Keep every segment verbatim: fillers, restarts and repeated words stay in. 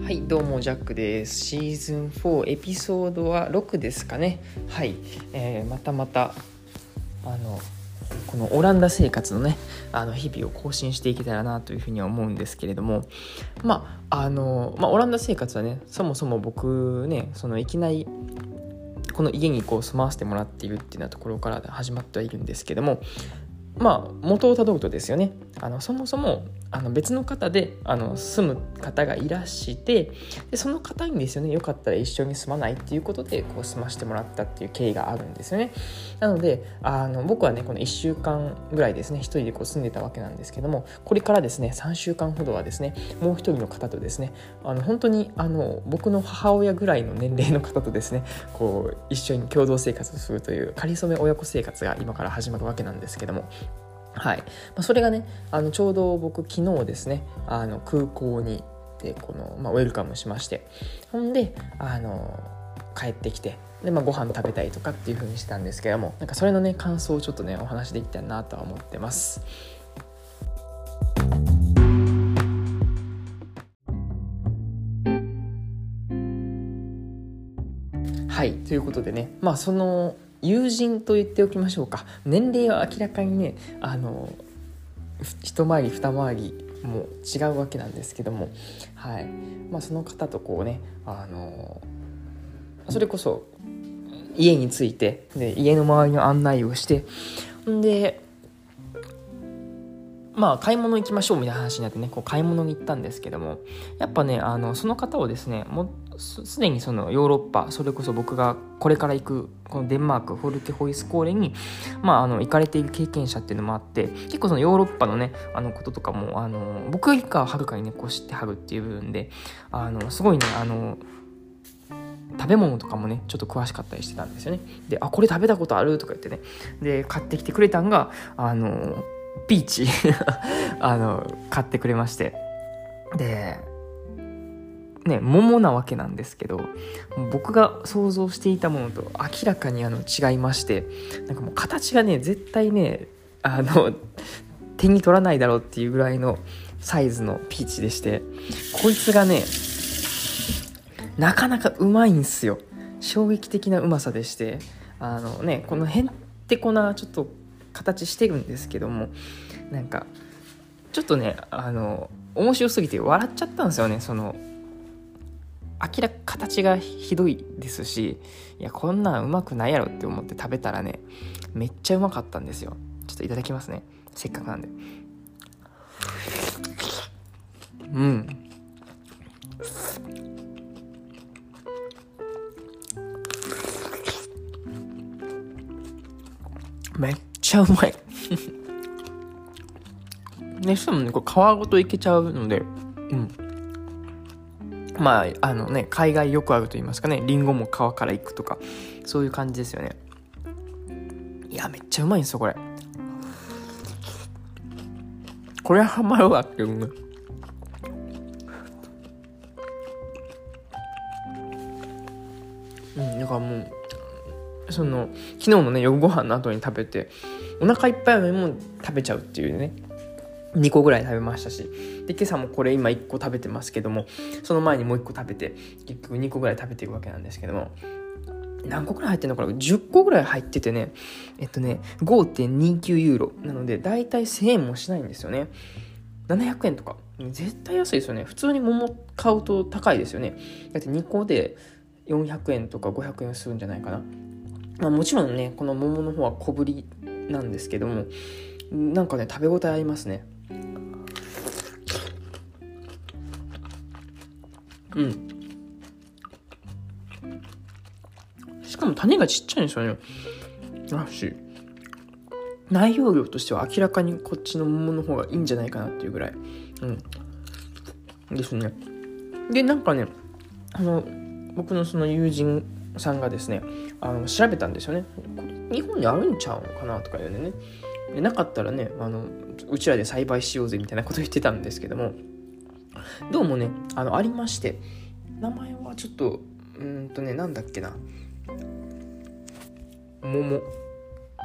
はい、どうもジャックです。シーズンフォーエピソードはろくですかね。はい、えー、またまたあのこのオランダ生活のねあの日々を更新していけたらなというふうには思うんですけれども、まああのまあオランダ生活はね、そもそも僕ねそのいきなりこの家にこう住まわせてもらっているっていうようなところから始まってはいるんですけども、まあ元をたどるとですよね、あのそもそもあの別の方であの住む方がいらして、でその方にですよね、よかったら一緒に住まないっていうことでこう住ましてもらったっていう経緯があるんですよね。なのであの僕はねこのいっしゅうかんぐらいですね一人でこう住んでたわけなんですけども、これからですねさんしゅうかんほどはですねもう一人の方とですね、あの本当にあの僕の母親ぐらいの年齢の方とですねこう一緒に共同生活をするという仮初め親子生活が今から始まるわけなんですけども、はい、まあ、それがねあのちょうど僕昨日ですねあの空港にでこの、まあ、ウェルカムしまして、ほんであの帰ってきてで、まあ、ご飯食べたりとかっていう風にしてたんですけども、なんかそれのね感想をちょっとねお話できたらなとは思ってます。はい、ということでね、まあその友人と言っておきましょうか。年齢は明らかにねあの一回り二回りも違うわけなんですけども、はい、まあ、その方とこうねあのそれこそ家に着いてで家の周りの案内をして、んでまあ買い物行きましょうみたいな話になってねこう買い物に行ったんですけども、やっぱねあのその方をですねもうすでにそのヨーロッパ、それこそ僕がこれから行くこのデンマークフォルケホイスコーレに、まあ、あの行かれている経験者っていうのもあって、結構そのヨーロッパのねあのこととかもあの僕よりかははるかにねこう知ってはるっていう部分で、あのすごいねあの食べ物とかもねちょっと詳しかったりしてたんですよね。で、あこれ食べたことあるとか言ってね、で買ってきてくれたんがあのピーチあの買ってくれまして、でね桃なわけなんですけど、僕が想像していたものと明らかにあの違いまして、なんかもう形がね絶対ねあの手に取らないだろうっていうぐらいのサイズのピーチでして、こいつがねなかなかうまいんすよ。衝撃的なうまさでして、あのねこのへんてこなちょっと形してるんですけども、なんかちょっとねあの面白すぎて笑っちゃったんですよね。その明らか形がひどいですし、いやこんなんうまくないやろって思って食べたらねめっちゃうまかったんですよ。ちょっといただきますね、せっかくなんで。うんめっちゃうまいね、しかもねこれ皮ごといけちゃうので、うんまああのね海外よくあると言いますかね、リンゴも皮からいくとかそういう感じですよね。いやめっちゃうまいんですよこれ。これはハマるわっていうね。うんだからもうその昨日のね夜ご飯の後に食べてお腹いっぱいのにも食べちゃうっていうね、にこぐらい食べましたし、で今朝もこれ今いっこ食べてますけども、その前にもういっこ食べて結局にこぐらい食べていくわけなんですけども、何個ぐらい入ってるのかな、じゅっこぐらい入っててねえっとね ごてんにきゅう ユーロなのでだいたいせんえんもしないんですよね。ななひゃくえんとか絶対安いですよね。普通に桃買うと高いですよね。だってにこでよんひゃくえんとかごひゃくえんするんじゃないかな。まあ、もちろんねこの桃の方は小ぶりなんですけども、なんかね食べ応えありますね。うんしかも種がちっちゃいんですよね。らしい。内容量としては明らかにこっちの桃の方がいいんじゃないかなっていうぐらい、うんですね。でなんかねあの僕のその友人さんがですねあの調べたんですよね。これ日本にあるんちゃうのかなとか言うね。でなかったらねあのうちらで栽培しようぜみたいなこと言ってたんですけども、どうもねあのありまして、名前はちょっとうーんとねなんだっけな、桃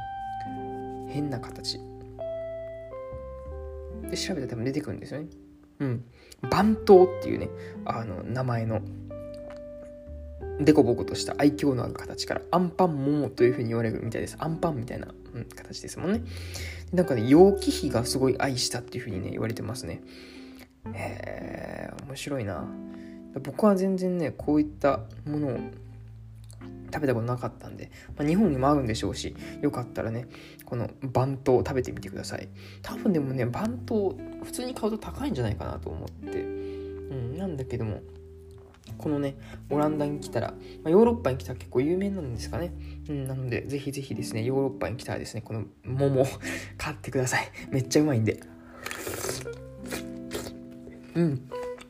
変な形で調べたら多分出てくるんですよね。 うん、番頭っていうねあの名前のデコボコとした愛嬌のある形からアンパンモモという風に言われるみたいです。アンパンみたいな、うん、形ですもんね。なんかね、楊貴妃がすごい愛したっていう風にね言われてますね。へー、面白いな。僕は全然ねこういったものを食べたことなかったんで、まあ、日本にもあるんでしょうし、よかったらねこの番頭食べてみてください。多分でもね番頭普通に買うと高いんじゃないかなと思って、うん、なんだけどもこのねオランダに来たら、まあ、ヨーロッパに来たら結構有名なんですかね、うん、なのでぜひぜひですねヨーロッパに来たらですねこの桃を買ってください。めっちゃうまいんで、うん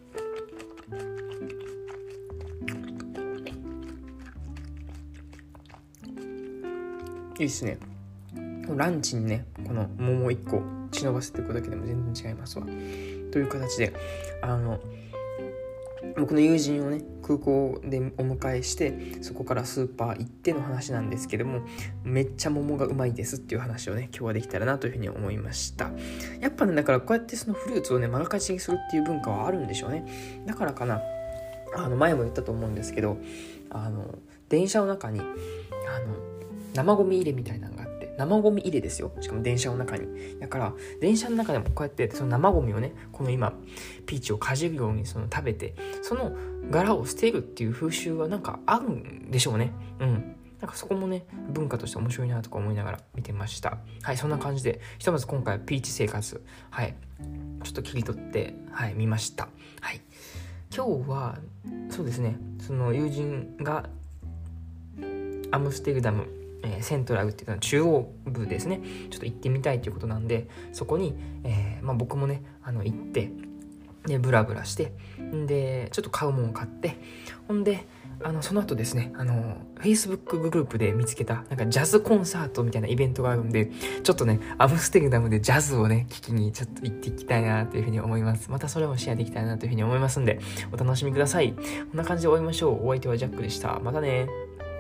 いいですね。ランチにねこの桃いっこ忍ばせていくだけでも全然違いますわ。という形であの僕の友人をね空港でお迎えして、そこからスーパー行っての話なんですけども、めっちゃ桃がうまいですっていう話をね今日はできたらなというふうに思いました。やっぱねだからこうやってそのフルーツをねまがかしにするっていう文化はあるんでしょうね。だからかな、あの前も言ったと思うんですけど、あの電車の中にあの生ゴミ入れみたいなのがあって、生ゴミ入れですよ、しかも電車の中に。だから電車の中でもこうやってその生ゴミをねこの今ピーチをかじるようにその食べてその柄を捨てるっていう風習はなんかあるんでしょうね。うんなんかそこもね文化として面白いなとか思いながら見てました。はい、そんな感じでひとまず今回はピーチ生活、はいちょっと切り取ってはい見ました。はい、今日はそうですね、その友人がアムステルダムえー、セントラルっていうのは中央部ですね、ちょっと行ってみたいということなんで、そこに、えーまあ、僕もねあの行ってでブラブラしてでちょっと買うものを買って、ほんであのその後ですねあの Facebook グループで見つけたなんかジャズコンサートみたいなイベントがあるんで、ちょっとねアムステルダムでジャズをね聴きにちょっと行っていきたいなというふうに思います。またそれもシェアできたらなというふうに思いますんでお楽しみください。こんな感じで終わりましょう。お相手はジャックでした。またね。